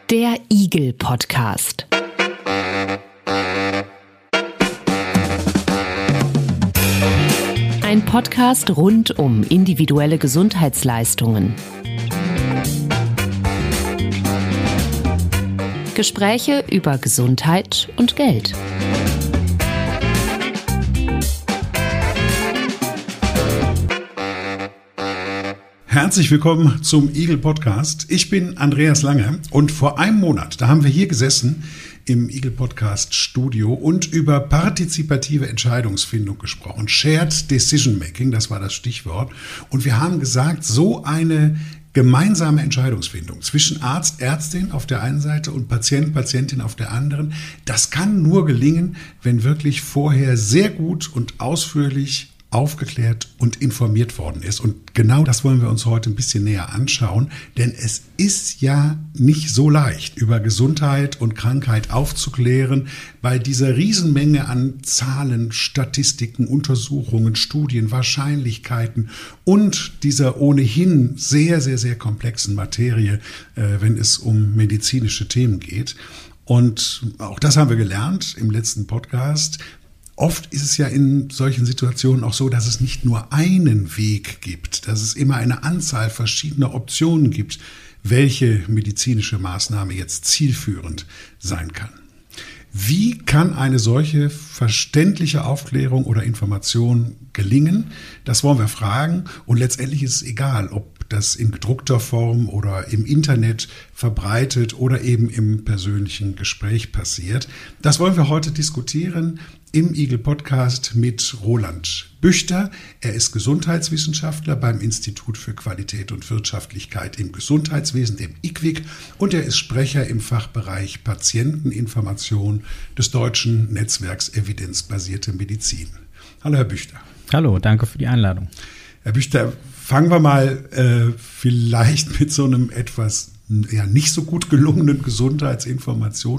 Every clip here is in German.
Der Igel-Podcast. Ein Podcast rund um individuelle Gesundheitsleistungen. Gespräche über Gesundheit und Geld. Herzlich willkommen zum Igel-Podcast. Ich bin Andreas Lange und vor einem Monat, da haben wir hier gesessen im Igel-Podcast-Studio und über partizipative Entscheidungsfindung gesprochen. Shared Decision Making, das war das Stichwort. Und wir haben gesagt, so eine gemeinsame Entscheidungsfindung zwischen Arzt, Ärztin auf der einen Seite und Patient, Patientin auf der anderen, das kann nur gelingen, wenn wirklich vorher sehr gut und ausführlich aufgeklärt und informiert worden ist. Und genau das wollen wir uns heute ein bisschen näher anschauen, denn es ist ja nicht so leicht, über Gesundheit und Krankheit aufzuklären bei dieser Riesenmenge an Zahlen, Statistiken, Untersuchungen, Studien, Wahrscheinlichkeiten und dieser ohnehin sehr, sehr, sehr komplexen Materie, wenn es um medizinische Themen geht. Und auch das haben wir gelernt im letzten Podcast. Oft ist es ja in solchen Situationen auch so, dass es nicht nur einen Weg gibt, dass es immer eine Anzahl verschiedener Optionen gibt, welche medizinische Maßnahme jetzt zielführend sein kann. Wie kann eine solche verständliche Aufklärung oder Information gelingen? Das wollen wir fragen und letztendlich ist es egal, ob das in gedruckter Form oder im Internet verbreitet oder eben im persönlichen Gespräch passiert. Das wollen wir heute diskutieren im Igel-Podcast mit Roland Büchter. Er ist Gesundheitswissenschaftler beim Institut für Qualität und Wirtschaftlichkeit im Gesundheitswesen, dem IQWiG, und er ist Sprecher im Fachbereich Patienteninformation des Deutschen Netzwerks Evidenzbasierte Medizin. Hallo, Herr Büchter. Hallo, danke für die Einladung. Herr Büchter, fangen wir mal vielleicht mit so einem etwas nicht so gut gelungenen Gesundheitsinformation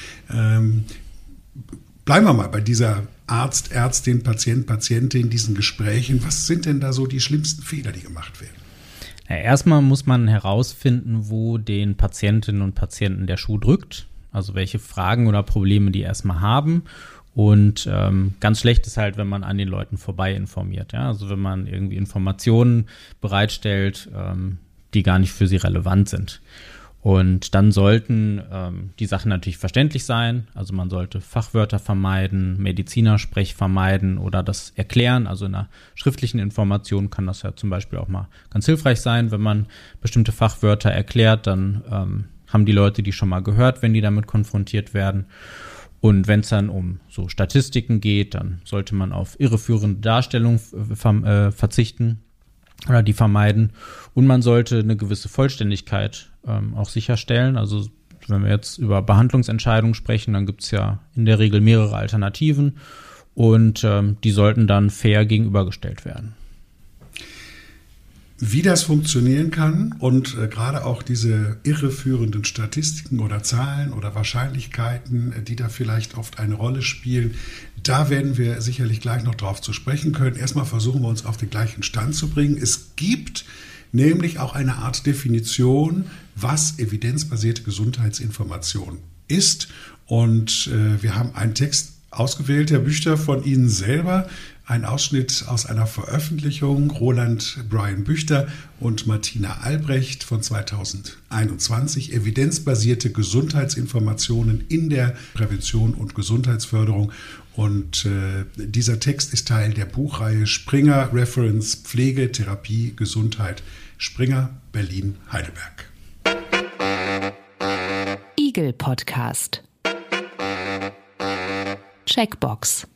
an. Bleiben wir mal bei dieser Arzt, Ärztin, Patient, Patientin, diesen Gesprächen. Was sind denn da so die schlimmsten Fehler, die gemacht werden? Ja, erstmal muss man herausfinden, wo den Patientinnen und Patienten der Schuh drückt. Also welche Fragen oder Probleme die erstmal haben. Und ganz schlecht ist halt, wenn man an den Leuten vorbei informiert. Ja? Also wenn man irgendwie Informationen bereitstellt, die gar nicht für sie relevant sind. Und dann sollten die Sachen natürlich verständlich sein. Also man sollte Fachwörter vermeiden, Medizinersprech vermeiden oder das erklären. Also in einer schriftlichen Information kann das ja zum Beispiel auch mal ganz hilfreich sein. Wenn man bestimmte Fachwörter erklärt, dann haben die Leute die schon mal gehört, wenn die damit konfrontiert werden. Und wenn es dann um so Statistiken geht, dann sollte man auf irreführende Darstellung verzichten oder die vermeiden. Und man sollte eine gewisse Vollständigkeit auch sicherstellen. Also wenn wir jetzt über Behandlungsentscheidungen sprechen, dann gibt es ja in der Regel mehrere Alternativen und die sollten dann fair gegenübergestellt werden. Wie das funktionieren kann und gerade auch diese irreführenden Statistiken oder Zahlen oder Wahrscheinlichkeiten, die da vielleicht oft eine Rolle spielen, da werden wir sicherlich gleich noch drauf zu sprechen können. Erstmal versuchen wir uns auf den gleichen Stand zu bringen. Es gibt nämlich auch eine Art Definition, was evidenzbasierte Gesundheitsinformation ist. Und wir haben einen Text ausgewählt, Herr Büchter, von Ihnen selber. Ein Ausschnitt aus einer Veröffentlichung, Roland Brian Büchter und Martina Albrecht von 2021, evidenzbasierte Gesundheitsinformationen in der Prävention und Gesundheitsförderung. Und dieser Text ist Teil der Buchreihe Springer Reference Pflege, Therapie, Gesundheit, Springer, Berlin, Heidelberg. Igel-Podcast. Checkbox.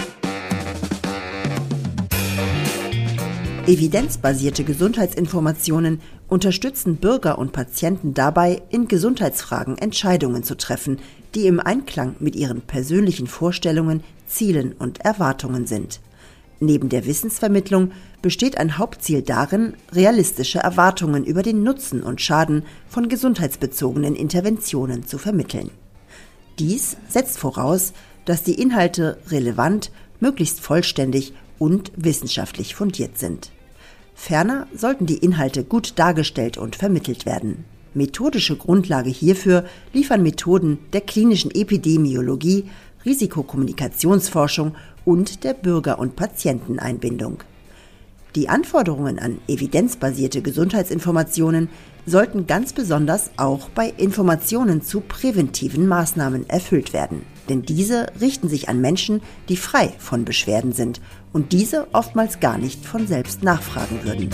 Evidenzbasierte Gesundheitsinformationen unterstützen Bürger und Patienten dabei, in Gesundheitsfragen Entscheidungen zu treffen, die im Einklang mit ihren persönlichen Vorstellungen, Zielen und Erwartungen sind. Neben der Wissensvermittlung besteht ein Hauptziel darin, realistische Erwartungen über den Nutzen und Schaden von gesundheitsbezogenen Interventionen zu vermitteln. Dies setzt voraus, dass die Inhalte relevant, möglichst vollständig und wissenschaftlich fundiert sind. Ferner sollten die Inhalte gut dargestellt und vermittelt werden. Methodische Grundlage hierfür liefern Methoden der klinischen Epidemiologie, Risikokommunikationsforschung und der Bürger- und Patienteneinbindung. Die Anforderungen an evidenzbasierte Gesundheitsinformationen sollten ganz besonders auch bei Informationen zu präventiven Maßnahmen erfüllt werden. Denn diese richten sich an Menschen, die frei von Beschwerden sind und diese oftmals gar nicht von selbst nachfragen würden.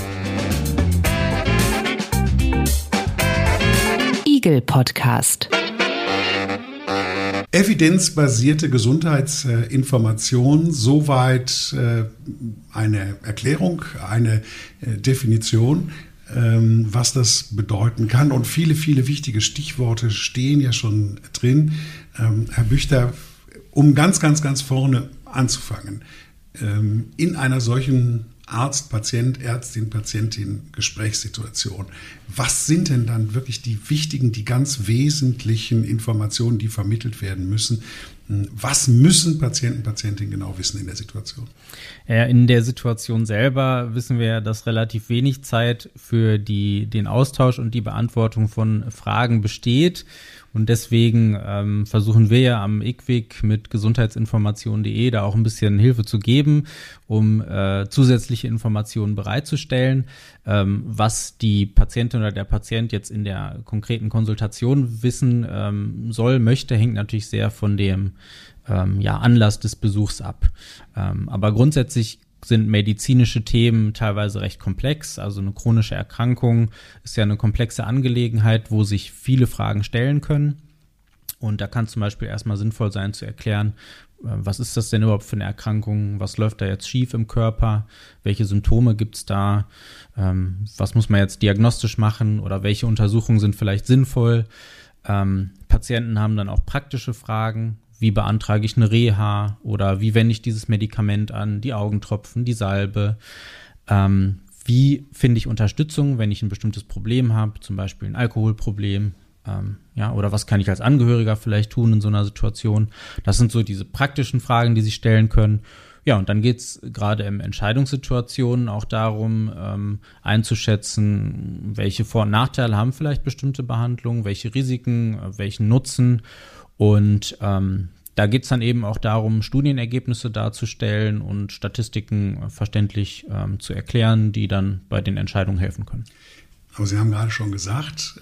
Igel Podcast. Evidenzbasierte Gesundheitsinformation, soweit eine Erklärung, eine Definition, was das bedeuten kann. Und viele, viele wichtige Stichworte stehen ja schon drin. Herr Büchter, um ganz vorne anzufangen, in einer solchen Arzt-Patient, Ärztin-Patientin-Gesprächssituation. Was sind denn dann wirklich die wichtigen, die ganz wesentlichen Informationen, die vermittelt werden müssen? Was müssen Patienten, Patientinnen genau wissen in der Situation? Ja, in der Situation selber wissen wir, dass relativ wenig Zeit für den Austausch und die Beantwortung von Fragen besteht. Und deswegen versuchen wir ja am IQWIC mit gesundheitsinformation.de da auch ein bisschen Hilfe zu geben, um zusätzliche Informationen bereitzustellen. Was die Patientin oder der Patient jetzt in der konkreten Konsultation wissen möchte, hängt natürlich sehr von dem Anlass des Besuchs ab. Aber grundsätzlich sind medizinische Themen teilweise recht komplex. Also eine chronische Erkrankung ist ja eine komplexe Angelegenheit, wo sich viele Fragen stellen können. Und da kann zum Beispiel erstmal sinnvoll sein zu erklären, was ist das denn überhaupt für eine Erkrankung? Was läuft da jetzt schief im Körper? Welche Symptome gibt's da? Was muss man jetzt diagnostisch machen? Oder welche Untersuchungen sind vielleicht sinnvoll? Patienten haben dann auch praktische Fragen. Wie beantrage ich eine Reha oder wie wende ich dieses Medikament an, die Augentropfen, die Salbe? Wie finde ich Unterstützung, wenn ich ein bestimmtes Problem habe, zum Beispiel ein Alkoholproblem? Oder was kann ich als Angehöriger vielleicht tun in so einer Situation? Das sind so diese praktischen Fragen, die Sie stellen können. Ja, und dann geht es gerade in Entscheidungssituationen auch darum, einzuschätzen, welche Vor- und Nachteile haben vielleicht bestimmte Behandlungen, welche Risiken, welchen Nutzen. Und da geht es dann eben auch darum, Studienergebnisse darzustellen und Statistiken verständlich zu erklären, die dann bei den Entscheidungen helfen können. Aber Sie haben gerade schon gesagt,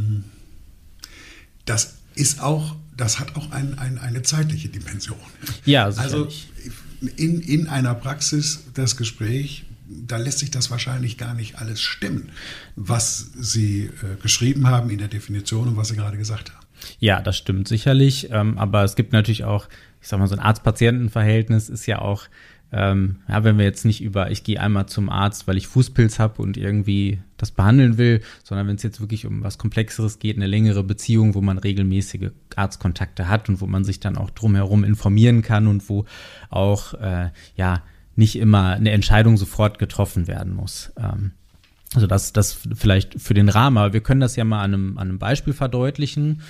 das hat auch eine zeitliche Dimension. Ja, sicherlich. Also in einer Praxis das Gespräch, da lässt sich das wahrscheinlich gar nicht alles stimmen, was Sie geschrieben haben in der Definition und was Sie gerade gesagt haben. Ja, das stimmt sicherlich, aber es gibt natürlich auch, ich sag mal, so ein Arzt-Patienten-Verhältnis ist ja auch, wenn wir jetzt nicht ich gehe einmal zum Arzt, weil ich Fußpilz habe und irgendwie das behandeln will, sondern wenn es jetzt wirklich um was Komplexeres geht, eine längere Beziehung, wo man regelmäßige Arztkontakte hat und wo man sich dann auch drumherum informieren kann und wo auch, nicht immer eine Entscheidung sofort getroffen werden muss. Also das vielleicht für den Rahmen, aber wir können das ja mal an einem Beispiel verdeutlichen,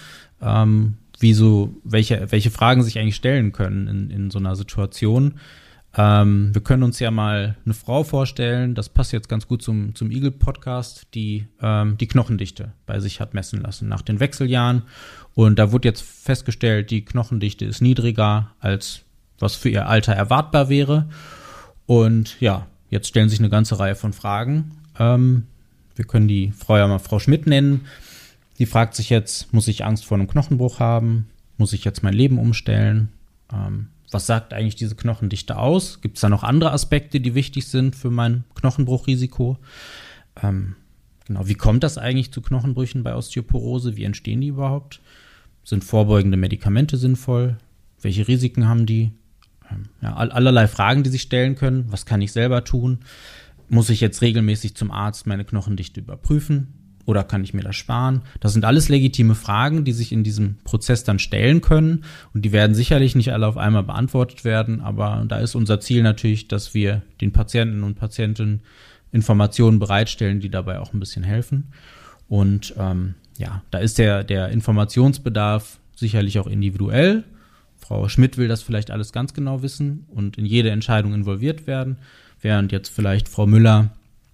welche Fragen sich eigentlich stellen können in so einer Situation. Wir können uns ja mal eine Frau vorstellen, das passt jetzt ganz gut zum Igel-Podcast, die die Knochendichte bei sich hat messen lassen nach den Wechseljahren. Und da wurde jetzt festgestellt, die Knochendichte ist niedriger, als was für ihr Alter erwartbar wäre. Und ja, jetzt stellen sich eine ganze Reihe von Fragen. Wir können die Frau ja mal Frau Schmidt nennen. Die fragt sich jetzt, muss ich Angst vor einem Knochenbruch haben? Muss ich jetzt mein Leben umstellen? Was sagt eigentlich diese Knochendichte aus? Gibt es da noch andere Aspekte, die wichtig sind für mein Knochenbruchrisiko? Wie kommt das eigentlich zu Knochenbrüchen bei Osteoporose? Wie entstehen die überhaupt? Sind vorbeugende Medikamente sinnvoll? Welche Risiken haben die? Allerlei Fragen, die sich stellen können. Was kann ich selber tun? Muss ich jetzt regelmäßig zum Arzt meine Knochendichte überprüfen? Oder kann ich mir das sparen? Das sind alles legitime Fragen, die sich in diesem Prozess dann stellen können. Und die werden sicherlich nicht alle auf einmal beantwortet werden. Aber da ist unser Ziel natürlich, dass wir den Patienten und Patientinnen Informationen bereitstellen, die dabei auch ein bisschen helfen. Und da ist der Informationsbedarf sicherlich auch individuell. Frau Schmidt will das vielleicht alles ganz genau wissen und in jede Entscheidung involviert werden, während jetzt vielleicht Frau Müller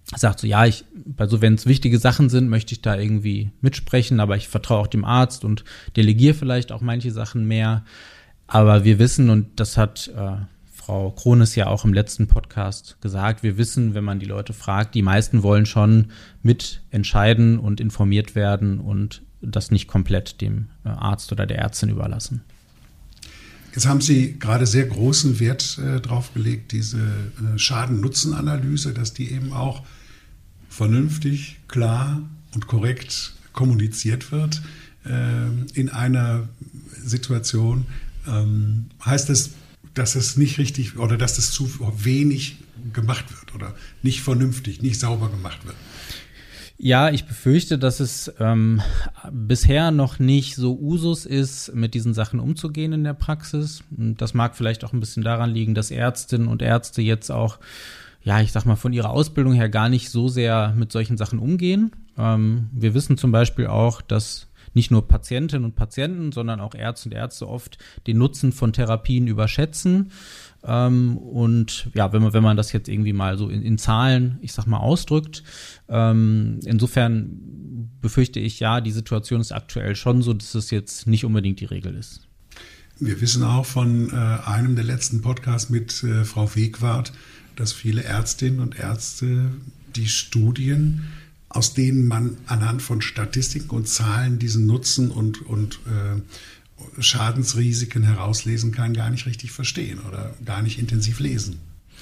sagt so, ja, wenn es wichtige Sachen sind, möchte ich da irgendwie mitsprechen, aber ich vertraue auch dem Arzt und delegiere vielleicht auch manche Sachen mehr. Aber wir wissen, und das hat Frau Krones ja auch im letzten Podcast gesagt, wir wissen, wenn man die Leute fragt, die meisten wollen schon mitentscheiden und informiert werden und das nicht komplett dem Arzt oder der Ärztin überlassen. Jetzt haben Sie gerade sehr großen Wert drauf gelegt, diese Schaden-Nutzen-Analyse, dass die eben auch vernünftig, klar und korrekt kommuniziert wird in einer Situation. Heißt das, dass es nicht richtig oder dass es zu wenig gemacht wird oder nicht vernünftig, nicht sauber gemacht wird? Ja, ich befürchte, dass es bisher noch nicht so Usus ist, mit diesen Sachen umzugehen in der Praxis. Das mag vielleicht auch ein bisschen daran liegen, dass Ärztinnen und Ärzte jetzt auch, ja, ich sag mal, von ihrer Ausbildung her gar nicht so sehr mit solchen Sachen umgehen. Wir wissen zum Beispiel auch, dass nicht nur Patientinnen und Patienten, sondern auch Ärzte und Ärzte oft den Nutzen von Therapien überschätzen. Und ja, wenn man das jetzt irgendwie mal so in Zahlen, ich sag mal, ausdrückt, insofern befürchte ich, ja, die Situation ist aktuell schon so, dass es jetzt nicht unbedingt die Regel ist. Wir wissen auch von einem der letzten Podcasts mit Frau Wegwart, dass viele Ärztinnen und Ärzte die Studien, aus denen man anhand von Statistiken und Zahlen diesen Nutzen und Schadensrisiken herauslesen kann, gar nicht richtig verstehen oder gar nicht intensiv lesen.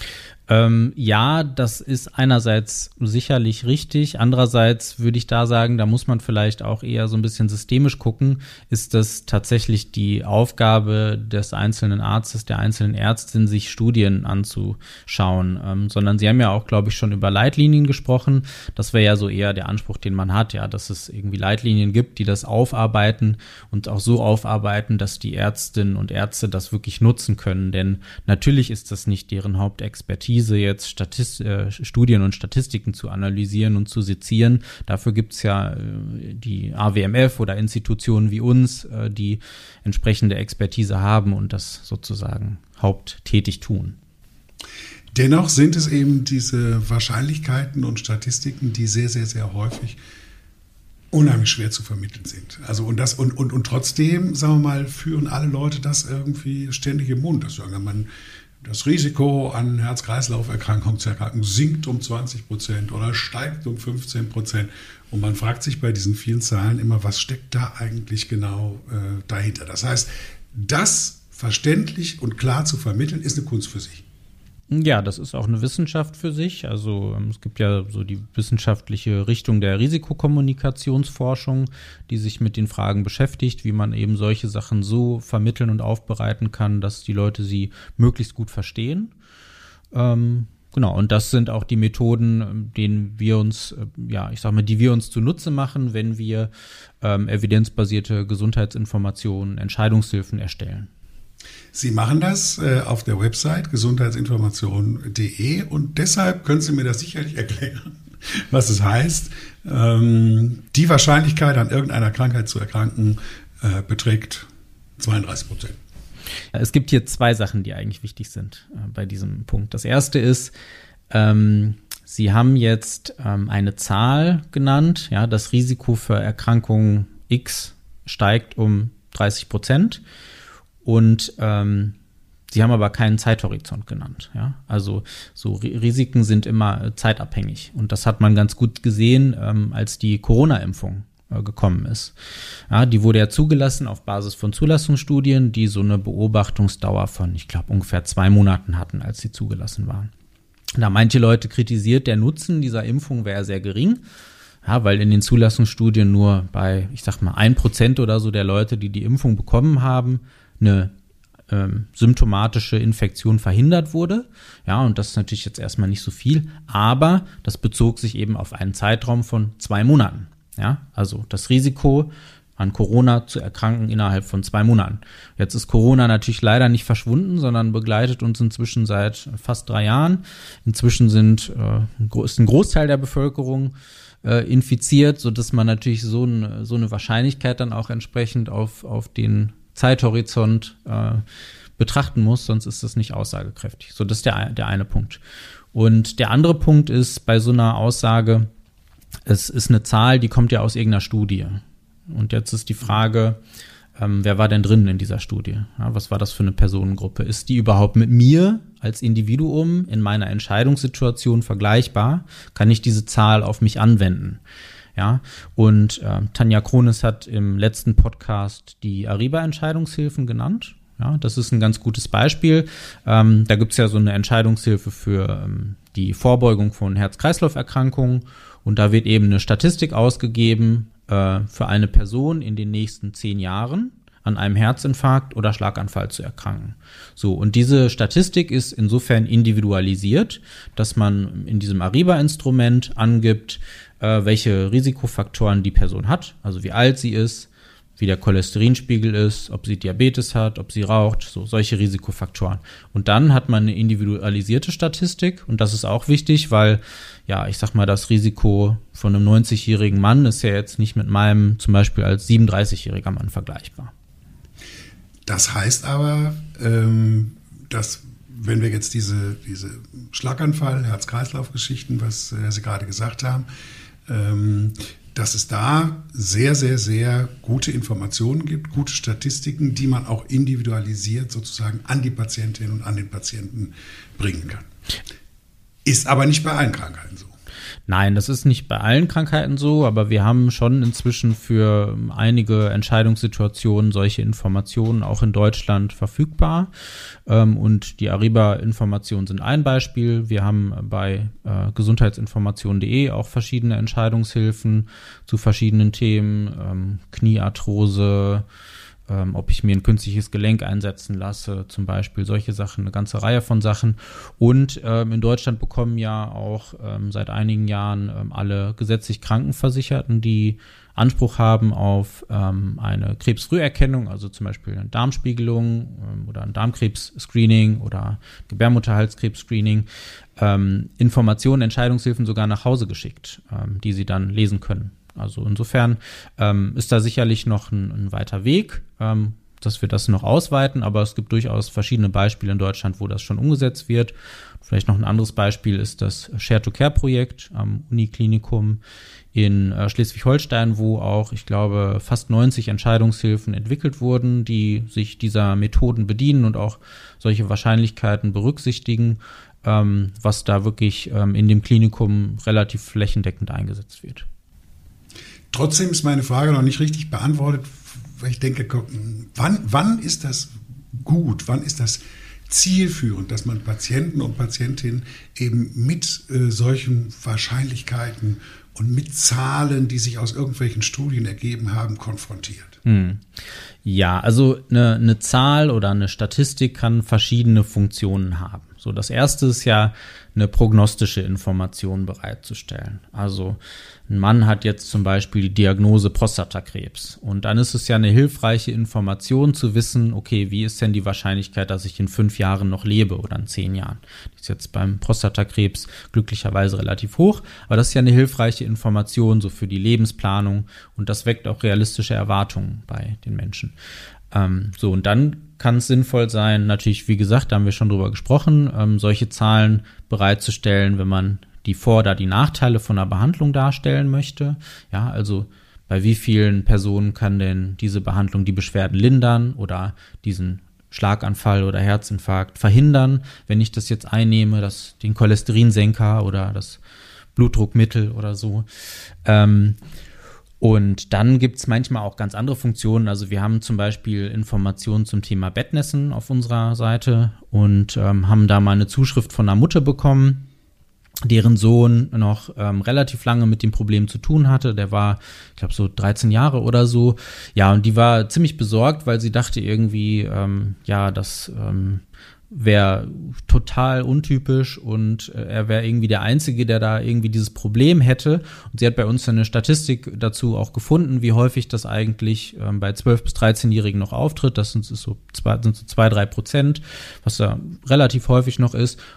Ja, das ist einerseits sicherlich richtig. Andererseits würde ich da sagen, da muss man vielleicht auch eher so ein bisschen systemisch gucken. Ist das tatsächlich die Aufgabe des einzelnen Arztes, der einzelnen Ärztin, sich Studien anzuschauen? Sondern Sie haben ja auch, glaube ich, schon über Leitlinien gesprochen. Das wäre ja so eher der Anspruch, den man hat, ja, dass es irgendwie Leitlinien gibt, die das aufarbeiten und auch so aufarbeiten, dass die Ärztinnen und Ärzte das wirklich nutzen können. Denn natürlich ist das nicht deren Hauptexpertise, jetzt Studien und Statistiken zu analysieren und zu sezieren. Dafür gibt es ja die AWMF oder Institutionen wie uns, die entsprechende Expertise haben und das sozusagen haupttätig tun. Dennoch sind es eben diese Wahrscheinlichkeiten und Statistiken, die sehr, sehr, sehr häufig unheimlich schwer zu vermitteln sind. Also und trotzdem, sagen wir mal, führen alle Leute das irgendwie ständig im Mund. Das Risiko an Herz-Kreislauf-Erkrankungen zu erkranken sinkt um 20% oder steigt um 15%. Und man fragt sich bei diesen vielen Zahlen immer, was steckt da eigentlich genau dahinter? Das heißt, das verständlich und klar zu vermitteln, ist eine Kunst für sich. Ja, das ist auch eine Wissenschaft für sich. Also es gibt ja so die wissenschaftliche Richtung der Risikokommunikationsforschung, die sich mit den Fragen beschäftigt, wie man eben solche Sachen so vermitteln und aufbereiten kann, dass die Leute sie möglichst gut verstehen. Genau, und das sind auch die Methoden, denen wir uns, die wir uns zunutze machen, wenn wir evidenzbasierte Gesundheitsinformationen, Entscheidungshilfen erstellen. Sie machen das auf der Website gesundheitsinformation.de und deshalb können Sie mir das sicherlich erklären, was es heißt. Die Wahrscheinlichkeit, an irgendeiner Krankheit zu erkranken, beträgt 32%. Es gibt hier zwei Sachen, die eigentlich wichtig sind bei diesem Punkt. Das erste ist, Sie haben jetzt eine Zahl genannt, ja, das Risiko für Erkrankung X steigt um 30%. Und Sie haben aber keinen Zeithorizont genannt. Ja? Also so Risiken sind immer zeitabhängig. Und das hat man ganz gut gesehen, als die Corona-Impfung gekommen ist. Ja, die wurde ja zugelassen auf Basis von Zulassungsstudien, die so eine Beobachtungsdauer von, ich glaube, ungefähr 2 Monaten hatten, als sie zugelassen waren. Da manche Leute kritisiert, der Nutzen dieser Impfung wäre sehr gering. Ja, weil in den Zulassungsstudien nur bei, 1% oder so der Leute, die die Impfung bekommen haben, eine symptomatische Infektion verhindert wurde. Ja, und das ist natürlich jetzt erstmal nicht so viel, aber das bezog sich eben auf einen Zeitraum von 2 Monaten. Ja, also das Risiko, an Corona zu erkranken innerhalb von 2 Monaten. Jetzt ist Corona natürlich leider nicht verschwunden, sondern begleitet uns inzwischen seit fast 3 Jahren. Inzwischen ist ein Großteil der Bevölkerung infiziert, sodass man natürlich so eine Wahrscheinlichkeit dann auch entsprechend auf den Zeithorizont betrachten muss, sonst ist das nicht aussagekräftig. So, das ist der eine Punkt. Und der andere Punkt ist bei so einer Aussage, es ist eine Zahl, die kommt ja aus irgendeiner Studie. Und jetzt ist die Frage, wer war denn drin in dieser Studie? Ja, was war das für eine Personengruppe? Ist die überhaupt mit mir als Individuum in meiner Entscheidungssituation vergleichbar? Kann ich diese Zahl auf mich anwenden? Ja, und Tanja Kronis hat im letzten Podcast die Ariba-Entscheidungshilfen genannt. Ja, das ist ein ganz gutes Beispiel. Da gibt's ja so eine Entscheidungshilfe für die Vorbeugung von Herz-Kreislauf-Erkrankungen. Und da wird eben eine Statistik ausgegeben für eine Person in den nächsten 10 Jahren an einem Herzinfarkt oder Schlaganfall zu erkranken. So, und diese Statistik ist insofern individualisiert, dass man in diesem Ariba-Instrument angibt, welche Risikofaktoren die Person hat, also wie alt sie ist, wie der Cholesterinspiegel ist, ob sie Diabetes hat, ob sie raucht, so solche Risikofaktoren. Und dann hat man eine individualisierte Statistik und das ist auch wichtig, weil, ja, ich sag mal, das Risiko von einem 90-jährigen Mann ist ja jetzt nicht mit meinem zum Beispiel als 37-jähriger Mann vergleichbar. Das heißt aber, dass wenn wir jetzt diese Schlaganfall, Herz-Kreislauf-Geschichten, was Sie gerade gesagt haben, dass es da sehr, sehr, sehr gute Informationen gibt, gute Statistiken, die man auch individualisiert sozusagen an die Patientin und an den Patienten bringen kann. Ist aber nicht bei allen Krankheiten so. Nein, das ist nicht bei allen Krankheiten so, aber wir haben schon inzwischen für einige Entscheidungssituationen solche Informationen auch in Deutschland verfügbar. Und die Ariba-Informationen sind ein Beispiel. Wir haben bei gesundheitsinformation.de auch verschiedene Entscheidungshilfen zu verschiedenen Themen, Kniearthrose, ob ich mir ein künstliches Gelenk einsetzen lasse, zum Beispiel solche Sachen, eine ganze Reihe von Sachen. Und in Deutschland bekommen ja auch seit einigen Jahren alle gesetzlich Krankenversicherten, die Anspruch haben auf eine Krebsfrüherkennung, also zum Beispiel eine Darmspiegelung oder ein Darmkrebs-Screening oder Gebärmutterhalskrebs-Screening, Informationen, Entscheidungshilfen sogar nach Hause geschickt, die sie dann lesen können. Also insofern ist da sicherlich noch ein weiter Weg, dass wir das noch ausweiten, aber es gibt durchaus verschiedene Beispiele in Deutschland, wo das schon umgesetzt wird. Vielleicht noch ein anderes Beispiel ist das Share-to-Care-Projekt am Uniklinikum in Schleswig-Holstein, wo auch, ich glaube, fast 90 Entscheidungshilfen entwickelt wurden, die sich dieser Methoden bedienen und auch solche Wahrscheinlichkeiten berücksichtigen, was da wirklich in dem Klinikum relativ flächendeckend eingesetzt wird. Trotzdem ist meine Frage noch nicht richtig beantwortet, weil ich denke, wann ist das gut, wann ist das zielführend, dass man Patienten und Patientinnen eben mit solchen Wahrscheinlichkeiten und mit Zahlen, die sich aus irgendwelchen Studien ergeben haben, konfrontiert? Ja, also eine Zahl oder eine Statistik kann verschiedene Funktionen haben. So, das erste ist ja, eine prognostische Information bereitzustellen. Also ein Mann hat jetzt zum Beispiel die Diagnose Prostatakrebs und dann ist es ja eine hilfreiche Information zu wissen, okay, wie ist denn die Wahrscheinlichkeit, dass ich in 5 Jahren noch lebe oder in 10 Jahren? Die ist jetzt beim Prostatakrebs glücklicherweise relativ hoch, aber das ist ja eine hilfreiche Information so für die Lebensplanung und das weckt auch realistische Erwartungen bei den Menschen. So, und dann kann es sinnvoll sein, natürlich, wie gesagt, da haben wir schon drüber gesprochen, solche Zahlen bereitzustellen, wenn man die Vor- oder die Nachteile von einer Behandlung darstellen möchte. Ja, also bei wie vielen Personen kann denn diese Behandlung die Beschwerden lindern oder diesen Schlaganfall oder Herzinfarkt verhindern, wenn ich das jetzt einnehme, den Cholesterinsenker oder das Blutdruckmittel oder so. Und dann gibt's manchmal auch ganz andere Funktionen. Also wir haben zum Beispiel Informationen zum Thema Bettnässen auf unserer Seite und haben da mal eine Zuschrift von einer Mutter bekommen, deren Sohn noch relativ lange mit dem Problem zu tun hatte. Der war, ich glaube, so 13 Jahre oder so. Ja, und die war ziemlich besorgt, weil sie dachte irgendwie, das wäre total untypisch und er wäre irgendwie der Einzige, der da irgendwie dieses Problem hätte. Und sie hat bei uns eine Statistik dazu auch gefunden, wie häufig das eigentlich bei 12- bis 13-Jährigen noch auftritt. Das sind so 2-3%, was da relativ häufig noch ist.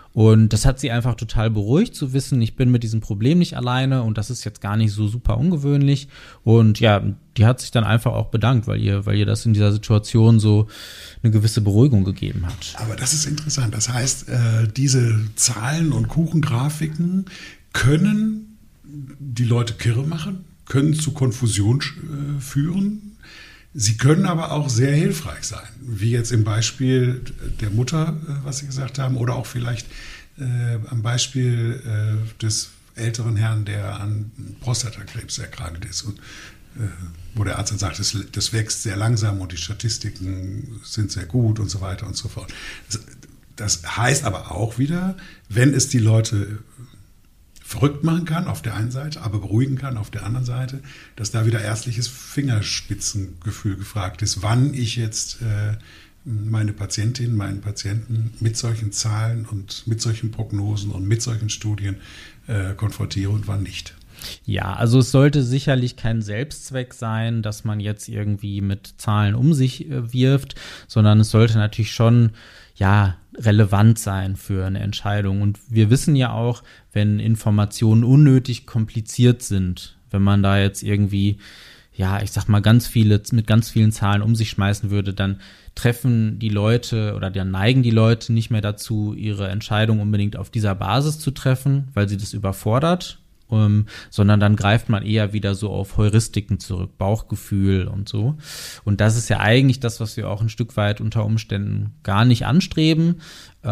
Und das hat sie einfach total beruhigt zu wissen, ich bin mit diesem Problem nicht alleine und das ist jetzt gar nicht so super ungewöhnlich. Und ja, die hat sich dann einfach auch bedankt, weil ihr das in dieser Situation so eine gewisse Beruhigung gegeben hat. Aber das ist interessant. Das heißt, diese Zahlen und Kuchengrafiken können die Leute kirre machen, können zu Konfusion führen. Sie können aber auch sehr hilfreich sein, wie jetzt im Beispiel der Mutter, was Sie gesagt haben, oder auch vielleicht am Beispiel des älteren Herrn, der an Prostatakrebs erkrankt ist und wo der Arzt dann sagt, das wächst sehr langsam und die Statistiken sind sehr gut und so weiter und so fort. Das heißt aber auch wieder, wenn es die Leute verrückt machen kann auf der einen Seite, aber beruhigen kann auf der anderen Seite, dass da wieder ärztliches Fingerspitzengefühl gefragt ist, wann ich jetzt meine Patientin, meinen Patienten mit solchen Zahlen und mit solchen Prognosen und mit solchen Studien konfrontiere und wann nicht. Ja, also es sollte sicherlich kein Selbstzweck sein, dass man jetzt irgendwie mit Zahlen um sich wirft, sondern es sollte natürlich schon, ja, relevant sein für eine Entscheidung. Und wir wissen ja auch, wenn Informationen unnötig kompliziert sind, wenn man da jetzt irgendwie, ja, ich sag mal, mit ganz vielen Zahlen um sich schmeißen würde, dann treffen die Leute oder dann neigen die Leute nicht mehr dazu, ihre Entscheidung unbedingt auf dieser Basis zu treffen, weil sie das überfordert. Sondern dann greift man eher wieder so auf Heuristiken zurück, Bauchgefühl und so. Und das ist ja eigentlich das, was wir auch ein Stück weit unter Umständen gar nicht anstreben,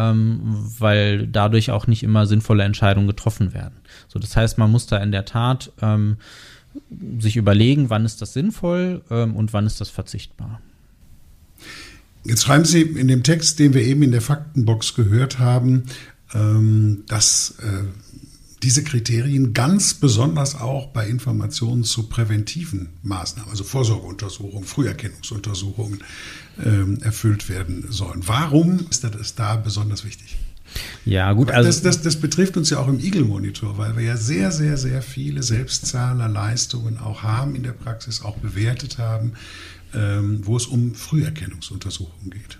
weil dadurch auch nicht immer sinnvolle Entscheidungen getroffen werden. So, das heißt, man muss da in der Tat sich überlegen, wann ist das sinnvoll und wann ist das verzichtbar. Jetzt schreiben Sie in dem Text, den wir eben in der Faktenbox gehört haben, dass diese Kriterien ganz besonders auch bei Informationen zu präventiven Maßnahmen, also Vorsorgeuntersuchungen, Früherkennungsuntersuchungen erfüllt werden sollen. Warum ist das da besonders wichtig? Ja, gut. Also das betrifft uns ja auch im Eagle-Monitor, weil wir ja sehr, sehr, sehr viele Selbstzahlerleistungen auch haben in der Praxis, auch bewertet haben, wo es um Früherkennungsuntersuchungen geht.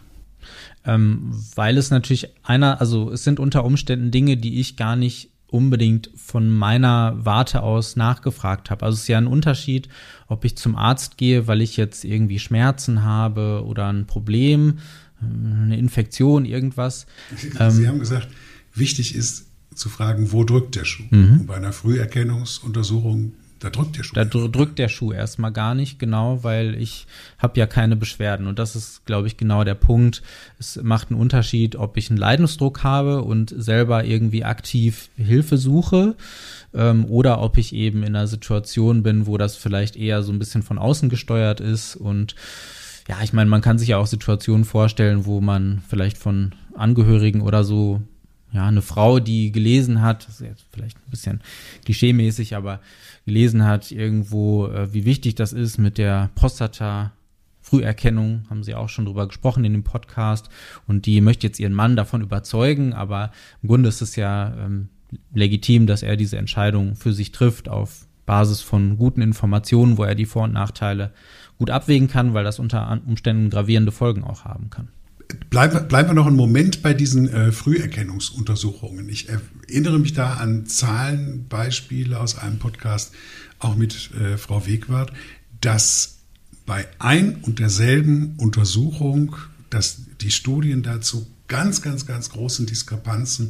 Weil es natürlich es sind unter Umständen Dinge, die ich gar nicht unbedingt von meiner Warte aus nachgefragt habe. Also es ist ja ein Unterschied, ob ich zum Arzt gehe, weil ich jetzt irgendwie Schmerzen habe oder ein Problem, eine Infektion, irgendwas. Sie haben gesagt, wichtig ist zu fragen, wo drückt der Schuh? Und bei einer Früherkennungsuntersuchung, da drückt der Schuh. Da drückt der Schuh erstmal gar nicht, genau, weil ich habe ja keine Beschwerden. Und das ist, glaube ich, genau der Punkt. Es macht einen Unterschied, ob ich einen Leidensdruck habe und selber irgendwie aktiv Hilfe suche oder ob ich eben in einer Situation bin, wo das vielleicht eher so ein bisschen von außen gesteuert ist. Und ja, ich meine, man kann sich ja auch Situationen vorstellen, wo man vielleicht von Angehörigen oder so, ja, eine Frau, die gelesen hat, das ist jetzt vielleicht ein bisschen klischeemäßig, aber gelesen hat irgendwo, wie wichtig das ist mit der Prostata-Früherkennung, haben Sie auch schon drüber gesprochen in dem Podcast, und die möchte jetzt ihren Mann davon überzeugen, aber im Grunde ist es ja legitim, dass er diese Entscheidung für sich trifft auf Basis von guten Informationen, wo er die Vor- und Nachteile gut abwägen kann, weil das unter Umständen gravierende Folgen auch haben kann. Bleiben wir noch einen Moment bei diesen Früherkennungsuntersuchungen. Ich erinnere mich da an Zahlenbeispiele aus einem Podcast, auch mit Frau Wegwart, dass bei ein und derselben Untersuchung, dass die Studien dazu ganz, ganz, ganz großen Diskrepanzen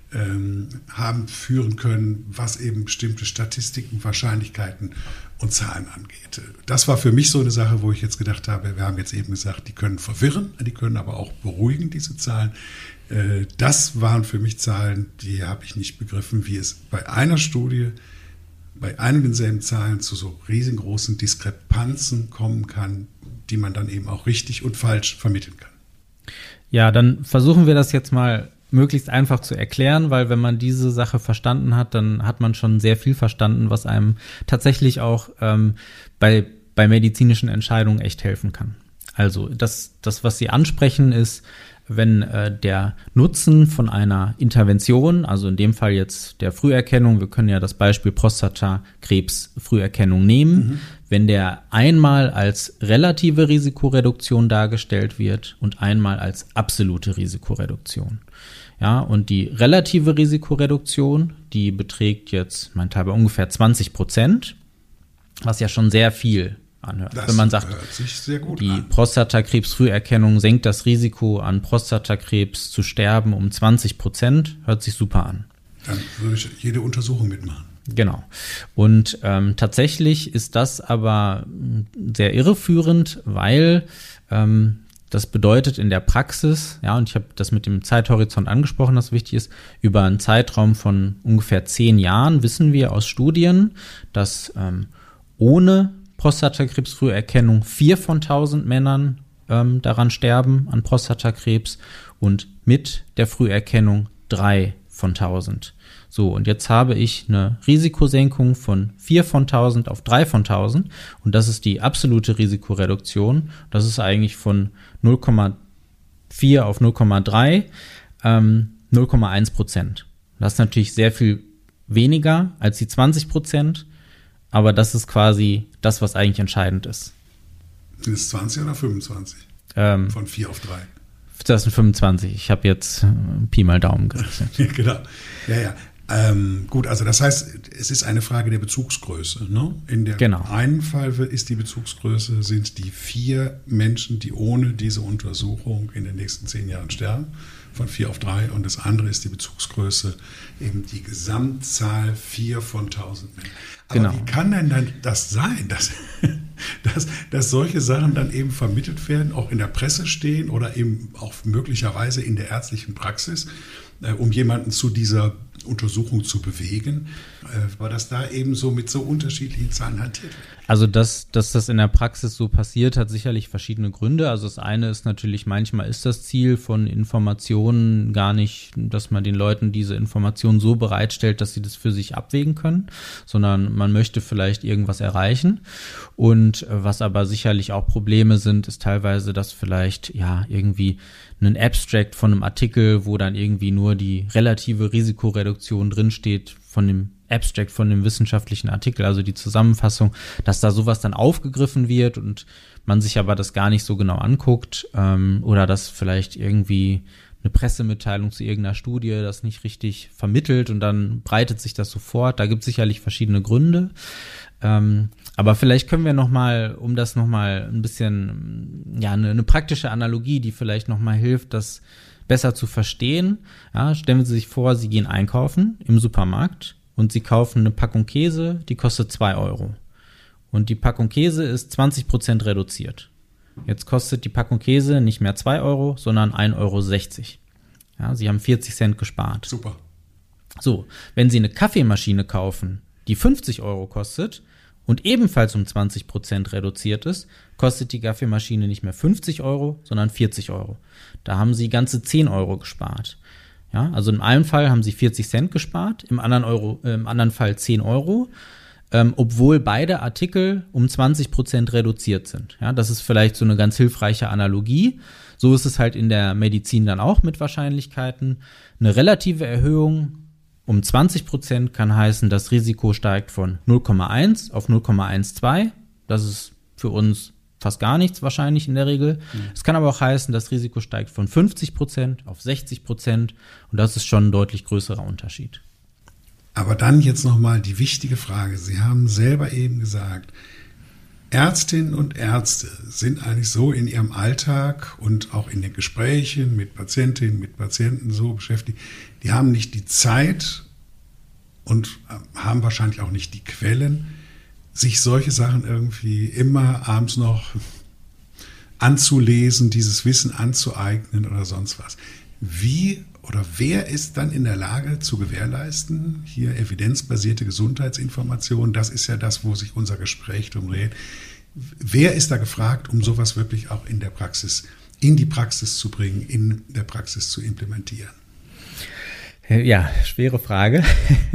haben führen können, was eben bestimmte Statistiken, Wahrscheinlichkeiten und Zahlen angeht. Das war für mich so eine Sache, wo ich jetzt gedacht habe, wir haben jetzt eben gesagt, die können verwirren, die können aber auch beruhigen, diese Zahlen. Das waren für mich Zahlen, die habe ich nicht begriffen, wie es bei einer Studie, bei ein und denselben Zahlen zu so riesengroßen Diskrepanzen kommen kann, die man dann eben auch richtig und falsch vermitteln kann. Ja, dann versuchen wir das jetzt mal möglichst einfach zu erklären, weil wenn man diese Sache verstanden hat, dann hat man schon sehr viel verstanden, was einem tatsächlich auch bei medizinischen Entscheidungen echt helfen kann. Also das, was Sie ansprechen, ist, wenn der Nutzen von einer Intervention, also in dem Fall jetzt der Früherkennung, wir können ja das Beispiel Prostatakrebs-Früherkennung nehmen, wenn der einmal als relative Risikoreduktion dargestellt wird und einmal als absolute Risikoreduktion. Ja, und die relative Risikoreduktion, die beträgt jetzt meinethalb ungefähr 20%, was ja schon sehr viel anhört. Das wenn man sagt, hört sich sehr gut die an. Prostatakrebsfrüherkennung senkt das Risiko, an Prostatakrebs zu sterben um 20%, hört sich super an. Dann würde ich jede Untersuchung mitmachen. Genau. Und tatsächlich ist das aber sehr irreführend, weil das bedeutet in der Praxis, ja, und ich habe das mit dem Zeithorizont angesprochen, das wichtig ist, über einen Zeitraum von ungefähr 10 Jahren wissen wir aus Studien, dass ohne Prostatakrebsfrüherkennung 4 von 1000 Männern daran sterben, an Prostatakrebs, und mit der Früherkennung 3 von 1000. So, und jetzt habe ich eine Risikosenkung von 4 von 1000 auf 3 von 1000 und das ist die absolute Risikoreduktion. Das ist eigentlich von 0,4 auf 0,3, 0,1%. Das ist natürlich sehr viel weniger als die 20%, aber das ist quasi das, was eigentlich entscheidend ist. Sind es 20 oder 25? Von 4 auf 3. Das sind 25. Ich habe jetzt Pi mal Daumen gerechnet. Ja, genau. Ja. Gut, also das heißt, es ist eine Frage der Bezugsgröße. Ne? In dem einen Fall ist die Bezugsgröße, sind die 4 Menschen, die ohne diese Untersuchung in den nächsten 10 Jahren sterben, von 4 auf 3. Und das andere ist die Bezugsgröße, eben die Gesamtzahl 4 von 1000 Menschen. Aber wie kann denn dann das sein, dass solche Sachen dann eben vermittelt werden, auch in der Presse stehen oder eben auch möglicherweise in der ärztlichen Praxis, um jemanden zu dieser Untersuchung zu bewegen, weil das da eben so mit so unterschiedlichen Zahlen hantiert wird. Also, dass das in der Praxis so passiert, hat sicherlich verschiedene Gründe. Also das eine ist natürlich, manchmal ist das Ziel von Informationen gar nicht, dass man den Leuten diese Informationen so bereitstellt, dass sie das für sich abwägen können, sondern man möchte vielleicht irgendwas erreichen. Und was aber sicherlich auch Probleme sind, ist teilweise, dass vielleicht ja irgendwie ein Abstract von einem Artikel, wo dann irgendwie nur die relative Risikoreduktion drinsteht von dem Abstract, von dem wissenschaftlichen Artikel, also die Zusammenfassung, dass da sowas dann aufgegriffen wird und man sich aber das gar nicht so genau anguckt, oder dass vielleicht irgendwie eine Pressemitteilung zu irgendeiner Studie das nicht richtig vermittelt und dann breitet sich das sofort. Da gibt es sicherlich verschiedene Gründe. Aber vielleicht können wir nochmal, um das nochmal ein bisschen, ja, eine praktische Analogie, die vielleicht nochmal hilft, das besser zu verstehen. Ja, stellen Sie sich vor, Sie gehen einkaufen im Supermarkt und Sie kaufen eine Packung Käse, die kostet 2 Euro. Und die Packung Käse ist 20% reduziert. Jetzt kostet die Packung Käse nicht mehr 2 Euro, sondern 1,60 Euro. Ja, Sie haben 40 Cent gespart. Super. So, wenn Sie eine Kaffeemaschine kaufen, die 50 Euro kostet und ebenfalls um 20% reduziert ist, kostet die Kaffeemaschine nicht mehr 50 Euro, sondern 40 Euro. Da haben Sie ganze 10 Euro gespart. Ja, also in einem Fall haben Sie 40 Cent gespart, im anderen Fall 10 Euro, obwohl beide Artikel um 20% reduziert sind. Ja, das ist vielleicht so eine ganz hilfreiche Analogie. So ist es halt in der Medizin dann auch mit Wahrscheinlichkeiten. Eine relative Erhöhung um 20% kann heißen, das Risiko steigt von 0,1 auf 0,12. Das ist für uns fast gar nichts wahrscheinlich in der Regel. Es kann aber auch heißen, das Risiko steigt von 50% auf 60% und das ist schon ein deutlich größerer Unterschied. Aber dann jetzt nochmal die wichtige Frage. Sie haben selber eben gesagt, Ärztinnen und Ärzte sind eigentlich so in ihrem Alltag und auch in den Gesprächen mit Patientinnen, mit Patienten so beschäftigt, die haben nicht die Zeit und haben wahrscheinlich auch nicht die Quellen, sich solche Sachen irgendwie immer abends noch anzulesen, dieses Wissen anzueignen oder sonst was. Wie oder wer ist dann in der Lage zu gewährleisten, hier evidenzbasierte Gesundheitsinformationen, das ist ja das, wo sich unser Gespräch drum dreht. Wer ist da gefragt, um sowas wirklich auch in der Praxis, in die Praxis zu bringen, in der Praxis zu implementieren? Ja, schwere Frage.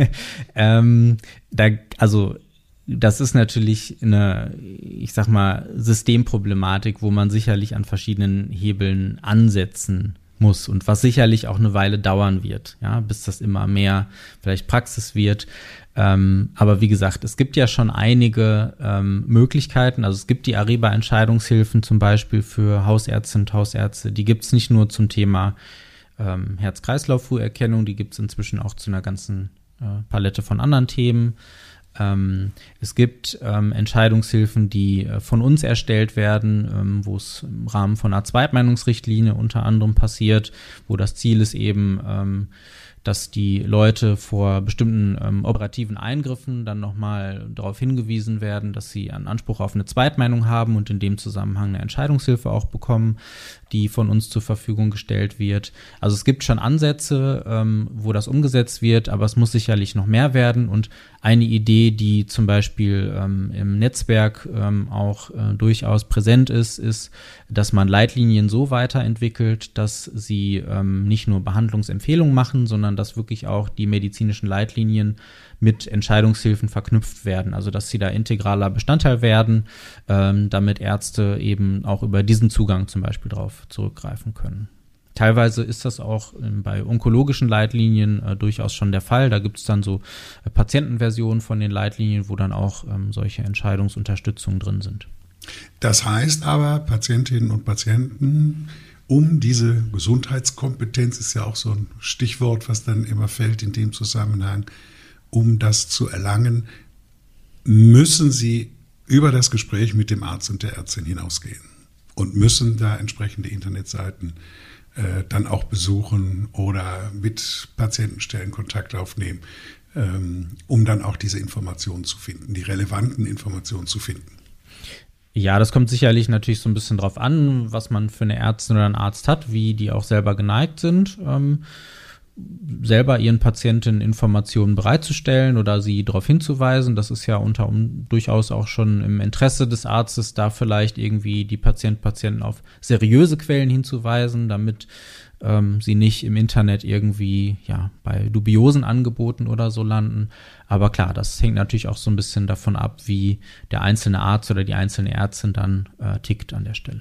Das ist natürlich eine, ich sag mal, Systemproblematik, wo man sicherlich an verschiedenen Hebeln ansetzen muss und was sicherlich auch eine Weile dauern wird, ja, bis das immer mehr vielleicht Praxis wird. Aber wie gesagt, es gibt ja schon einige Möglichkeiten. Also es gibt die Ariba-Entscheidungshilfen zum Beispiel für Hausärztinnen und Hausärzte. Die gibt es nicht nur zum Thema Herz-Kreislauf-Früherkennung, die gibt es inzwischen auch zu einer ganzen Palette von anderen Themen. Es gibt Entscheidungshilfen, die von uns erstellt werden, wo es im Rahmen von einer Zweitmeinungsrichtlinie unter anderem passiert, wo das Ziel ist eben, dass die Leute vor bestimmten operativen Eingriffen dann nochmal darauf hingewiesen werden, dass sie einen Anspruch auf eine Zweitmeinung haben und in dem Zusammenhang eine Entscheidungshilfe auch bekommen, die von uns zur Verfügung gestellt wird. Also es gibt schon Ansätze, wo das umgesetzt wird, aber es muss sicherlich noch mehr werden. Und eine Idee, die zum Beispiel im Netzwerk auch durchaus präsent ist, dass man Leitlinien so weiterentwickelt, dass sie nicht nur Behandlungsempfehlungen machen, sondern dass wirklich auch die medizinischen Leitlinien mit Entscheidungshilfen verknüpft werden. Also dass sie da integraler Bestandteil werden, damit Ärzte eben auch über diesen Zugang zum Beispiel drauf zurückgreifen können. Teilweise ist das auch bei onkologischen Leitlinien durchaus schon der Fall. Da gibt es dann so Patientenversionen von den Leitlinien, wo dann auch solche Entscheidungsunterstützungen drin sind. Das heißt aber, Patientinnen und Patienten, um diese Gesundheitskompetenz, ist ja auch so ein Stichwort, was dann immer fällt in dem Zusammenhang, um das zu erlangen, müssen sie über das Gespräch mit dem Arzt und der Ärztin hinausgehen und müssen da entsprechende Internetseiten dann auch besuchen oder mit Patientenstellen Kontakt aufnehmen, um dann auch diese Informationen zu finden, die relevanten Informationen zu finden. Ja, das kommt sicherlich natürlich so ein bisschen drauf an, was man für eine Ärztin oder einen Arzt hat, wie die auch selber geneigt sind, selber ihren Patientinnen Informationen bereitzustellen oder sie darauf hinzuweisen. Das ist ja durchaus auch schon im Interesse des Arztes, da vielleicht irgendwie die Patienten auf seriöse Quellen hinzuweisen, damit sie nicht im Internet irgendwie bei dubiosen Angeboten oder so landen. Aber klar, das hängt natürlich auch so ein bisschen davon ab, wie der einzelne Arzt oder die einzelne Ärztin dann tickt an der Stelle.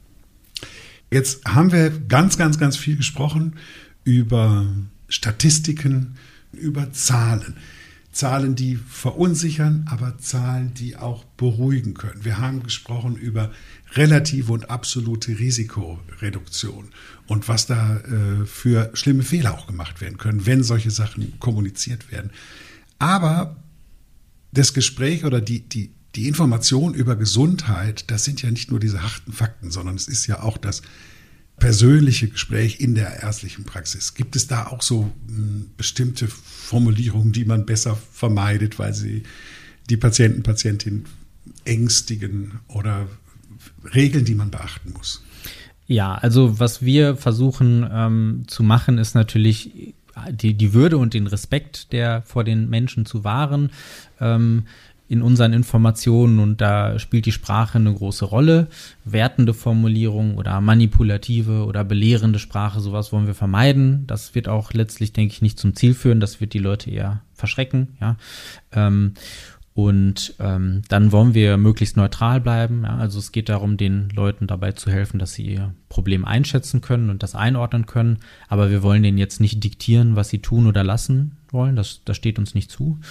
Jetzt haben wir ganz, ganz, ganz viel gesprochen über Statistiken, über Zahlen. Zahlen, die verunsichern, aber Zahlen, die auch beruhigen können. Wir haben gesprochen über relative und absolute Risikoreduktion und was da für schlimme Fehler auch gemacht werden können, wenn solche Sachen kommuniziert werden. Aber das Gespräch oder die Information über Gesundheit, das sind ja nicht nur diese harten Fakten, sondern es ist ja auch das persönliche Gespräch in der ärztlichen Praxis. Gibt es da auch so bestimmte Formulierungen, die man besser vermeidet, weil sie die Patienten, Patientinnen ängstigen oder Regeln, die man beachten muss? Ja, also was wir versuchen zu machen, ist natürlich die Würde und den Respekt, der vor den Menschen zu wahren, in unseren Informationen, und da spielt die Sprache eine große Rolle. Wertende Formulierungen oder manipulative oder belehrende Sprache, sowas wollen wir vermeiden. Das wird auch letztlich, denke ich, nicht zum Ziel führen. Das wird die Leute eher verschrecken. Ja. Dann wollen wir möglichst neutral bleiben. Ja. Also es geht darum, den Leuten dabei zu helfen, dass sie ihr Problem einschätzen können und das einordnen können. Aber wir wollen denen jetzt nicht diktieren, was sie tun oder lassen wollen. Das steht uns nicht zu.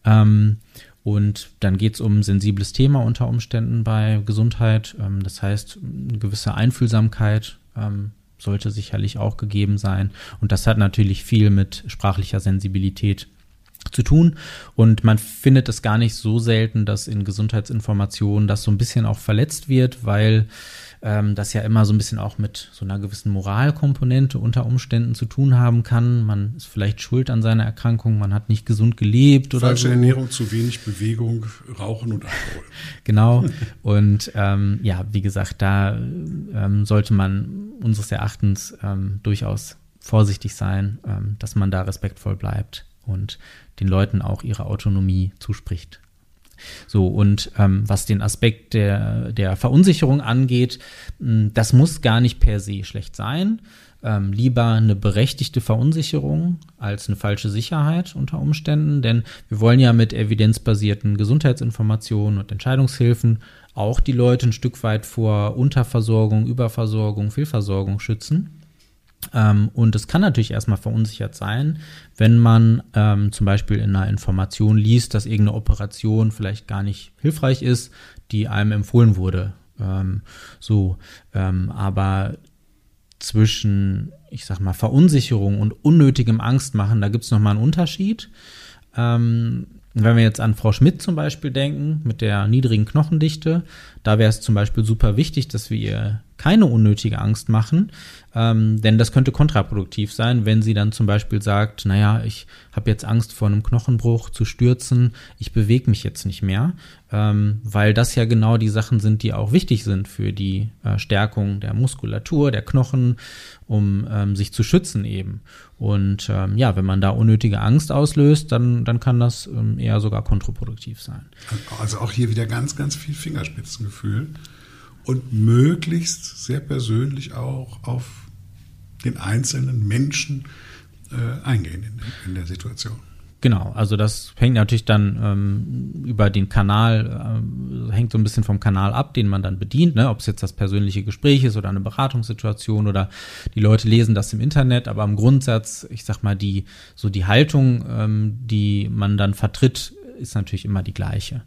Und dann geht es um ein sensibles Thema unter Umständen bei Gesundheit. Das heißt, eine gewisse Einfühlsamkeit sollte sicherlich auch gegeben sein. Und das hat natürlich viel mit sprachlicher Sensibilität zu tun. Und man findet es gar nicht so selten, dass in Gesundheitsinformationen das so ein bisschen auch verletzt wird, weil das ja immer so ein bisschen auch mit so einer gewissen Moralkomponente unter Umständen zu tun haben kann. Man ist vielleicht schuld an seiner Erkrankung, man hat nicht gesund gelebt oder falsche so. Ernährung, zu wenig Bewegung, Rauchen und Alkohol. Genau. Und wie gesagt, da sollte man unseres Erachtens durchaus vorsichtig sein, dass man da respektvoll bleibt und den Leuten auch ihre Autonomie zuspricht. So, und was den Aspekt der Verunsicherung angeht, das muss gar nicht per se schlecht sein. Lieber eine berechtigte Verunsicherung als eine falsche Sicherheit unter Umständen, denn wir wollen ja mit evidenzbasierten Gesundheitsinformationen und Entscheidungshilfen auch die Leute ein Stück weit vor Unterversorgung, Überversorgung, Fehlversorgung schützen. Und es kann natürlich erstmal verunsichert sein, wenn man zum Beispiel in einer Information liest, dass irgendeine Operation vielleicht gar nicht hilfreich ist, die einem empfohlen wurde. Aber zwischen, ich sag mal, Verunsicherung und unnötigem Angstmachen, da gibt es nochmal einen Unterschied. Wenn wir jetzt an Frau Schmidt zum Beispiel denken, mit der niedrigen Knochendichte, da wäre es zum Beispiel super wichtig, dass wir ihr keine unnötige Angst machen, denn das könnte kontraproduktiv sein, wenn sie dann zum Beispiel sagt, naja, ich habe jetzt Angst vor einem Knochenbruch, zu stürzen, ich bewege mich jetzt nicht mehr, weil das ja genau die Sachen sind, die auch wichtig sind für die Stärkung der Muskulatur, der Knochen, um sich zu schützen eben. Und wenn man da unnötige Angst auslöst, dann kann das eher sogar kontraproduktiv sein. Also auch hier wieder ganz, ganz viel Fingerspitzengefühl und möglichst sehr persönlich auch auf den einzelnen Menschen eingehen in der Situation. Genau, also das hängt natürlich dann über den Kanal, hängt so ein bisschen vom Kanal ab, den man dann bedient, ne? Ob es jetzt das persönliche Gespräch ist oder eine Beratungssituation oder die Leute lesen das im Internet, aber im Grundsatz, ich sag mal, die Haltung, die man dann vertritt, ist natürlich immer die gleiche.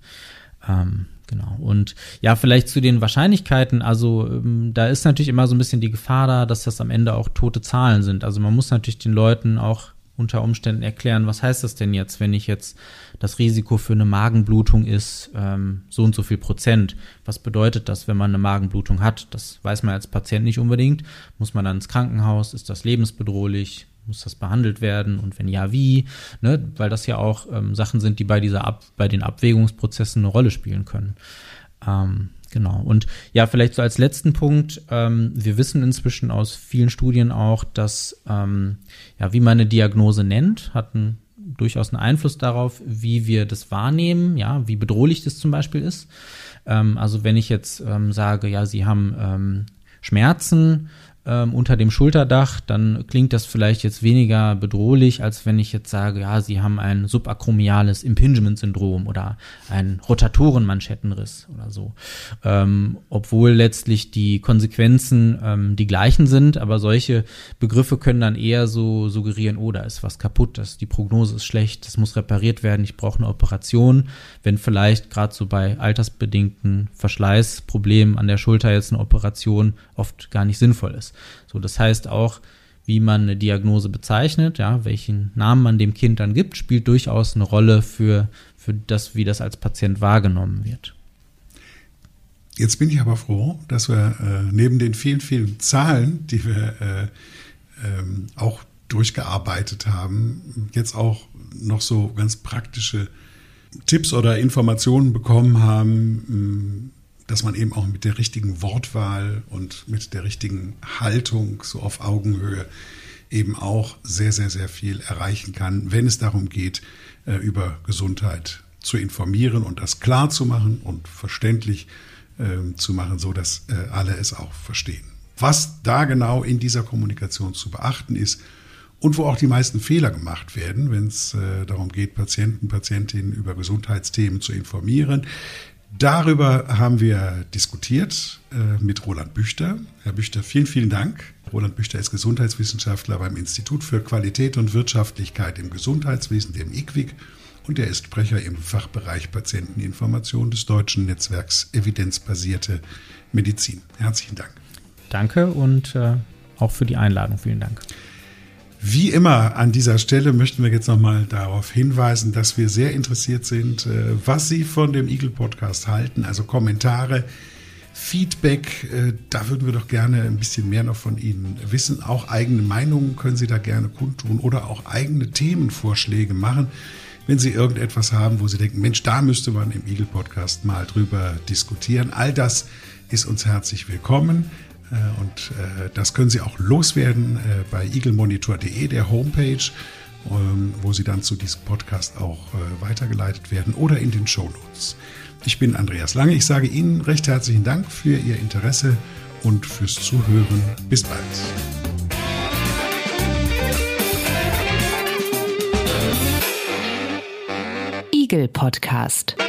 Genau. Und ja, vielleicht zu den Wahrscheinlichkeiten, also da ist natürlich immer so ein bisschen die Gefahr da, dass das am Ende auch tote Zahlen sind. Also man muss natürlich den Leuten auch unter Umständen erklären, was heißt das denn jetzt, wenn ich jetzt das Risiko für eine Magenblutung ist, so und so viel %. Was bedeutet das, wenn man eine Magenblutung hat? Das weiß man als Patient nicht unbedingt. Muss man dann ins Krankenhaus? Ist das lebensbedrohlich? Muss das behandelt werden? Und wenn ja, wie? Ne? Weil das ja auch Sachen sind, die bei den Abwägungsprozessen eine Rolle spielen können. Genau. Und ja, vielleicht so als letzten Punkt, wir wissen inzwischen aus vielen Studien auch, dass wie man eine Diagnose nennt, hat durchaus einen Einfluss darauf, wie wir das wahrnehmen, ja, wie bedrohlich das zum Beispiel ist. Also wenn ich jetzt sage, ja, Sie haben Schmerzen unter dem Schulterdach, dann klingt das vielleicht jetzt weniger bedrohlich, als wenn ich jetzt sage, ja, Sie haben ein subakromiales Impingement-Syndrom oder ein Rotatorenmanschettenriss oder so. Obwohl letztlich die Konsequenzen die gleichen sind, aber solche Begriffe können dann eher so suggerieren, oh, da ist was kaputt, die Prognose ist schlecht, das muss repariert werden, ich brauche eine Operation, wenn vielleicht gerade so bei altersbedingten Verschleißproblemen an der Schulter jetzt eine Operation oft gar nicht sinnvoll ist. So, das heißt auch, wie man eine Diagnose bezeichnet, ja, welchen Namen man dem Kind dann gibt, spielt durchaus eine Rolle für das, wie das als Patient wahrgenommen wird. Jetzt bin ich aber froh, dass wir neben den vielen, vielen Zahlen, die wir auch durchgearbeitet haben, jetzt auch noch so ganz praktische Tipps oder Informationen bekommen haben, dass man eben auch mit der richtigen Wortwahl und mit der richtigen Haltung so auf Augenhöhe eben auch sehr, sehr, sehr viel erreichen kann, wenn es darum geht, über Gesundheit zu informieren und das klar zu machen und verständlich zu machen, so dass alle es auch verstehen. Was da genau in dieser Kommunikation zu beachten ist und wo auch die meisten Fehler gemacht werden, wenn es darum geht, Patienten, Patientinnen über Gesundheitsthemen zu informieren. Darüber haben wir diskutiert mit Roland Büchter. Herr Büchter, vielen, vielen Dank. Roland Büchter ist Gesundheitswissenschaftler beim Institut für Qualität und Wirtschaftlichkeit im Gesundheitswesen, dem IQWiG, und er ist Sprecher im Fachbereich Patienteninformation des deutschen Netzwerks Evidenzbasierte Medizin. Herzlichen Dank. Danke und auch für die Einladung. Vielen Dank. Wie immer an dieser Stelle möchten wir jetzt nochmal darauf hinweisen, dass wir sehr interessiert sind, was Sie von dem Igel-Podcast halten. Also Kommentare, Feedback, da würden wir doch gerne ein bisschen mehr noch von Ihnen wissen. Auch eigene Meinungen können Sie da gerne kundtun oder auch eigene Themenvorschläge machen, wenn Sie irgendetwas haben, wo Sie denken, Mensch, da müsste man im Igel-Podcast mal drüber diskutieren. All das ist uns herzlich willkommen. Und das können Sie auch loswerden bei eaglemonitor.de, der Homepage, wo Sie dann zu diesem Podcast auch weitergeleitet werden oder in den Shownotes. Ich bin Andreas Lange. Ich sage Ihnen recht herzlichen Dank für Ihr Interesse und fürs Zuhören. Bis bald. Igel Podcast.